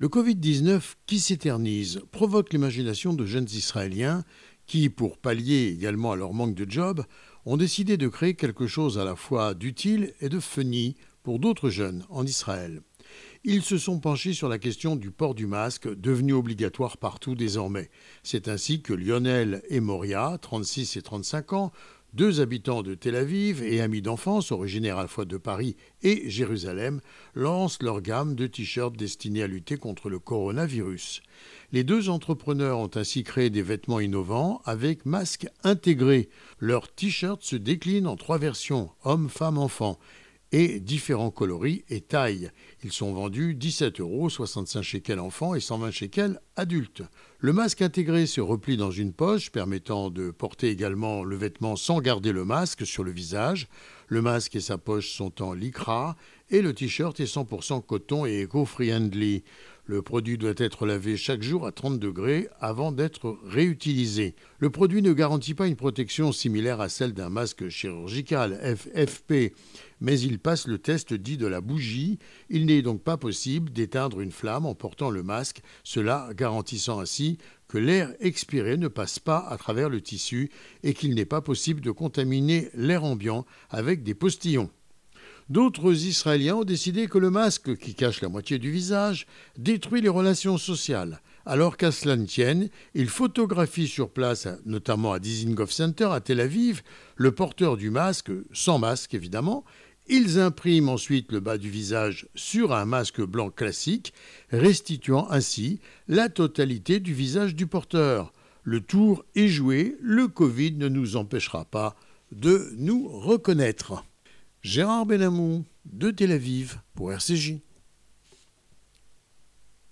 Le Covid-19 qui s'éternise provoque l'imagination de jeunes Israéliens qui, pour pallier également à leur manque de job, ont décidé de créer quelque chose à la fois d'utile et de funny pour d'autres jeunes en Israël. Ils se sont penchés sur la question du port du masque, devenu obligatoire partout désormais. C'est ainsi que Lionel et Moria, 36 et 35 ans, deux habitants de Tel Aviv et amis d'enfance originaires à la fois de Paris et Jérusalem, lancent leur gamme de t-shirts destinés à lutter contre le coronavirus. Les deux entrepreneurs ont ainsi créé des vêtements innovants avec masque intégré. Leurs t-shirts se déclinent en trois versions, hommes, femmes, enfants, et différents coloris et tailles. Ils sont vendus 17 €, 65 shekels enfants et 120 shekels adultes. Le masque intégré se replie dans une poche permettant de porter également le vêtement sans garder le masque sur le visage. Le masque et sa poche sont en lycra et le t-shirt est 100% coton et éco-friendly. Le produit doit être lavé chaque jour à 30 degrés avant d'être réutilisé. Le produit ne garantit pas une protection similaire à celle d'un masque chirurgical, FFP, mais il passe le test dit de la bougie. Il n'est donc pas possible d'éteindre une flamme en portant le masque, cela garantissant ainsi que l'air expiré ne passe pas à travers le tissu et qu'il n'est pas possible de contaminer l'air ambiant avec des postillons. D'autres Israéliens ont décidé que le masque, qui cache la moitié du visage, détruit les relations sociales. Alors qu'à cela ne tienne, ils photographient sur place, notamment à Dizengoff Center à Tel Aviv, le porteur du masque, sans masque évidemment. Ils impriment ensuite le bas du visage sur un masque blanc classique, restituant ainsi la totalité du visage du porteur. Le tour est joué, le Covid ne nous empêchera pas de nous reconnaître. Gérard Benamou, de Tel Aviv, pour RCJ.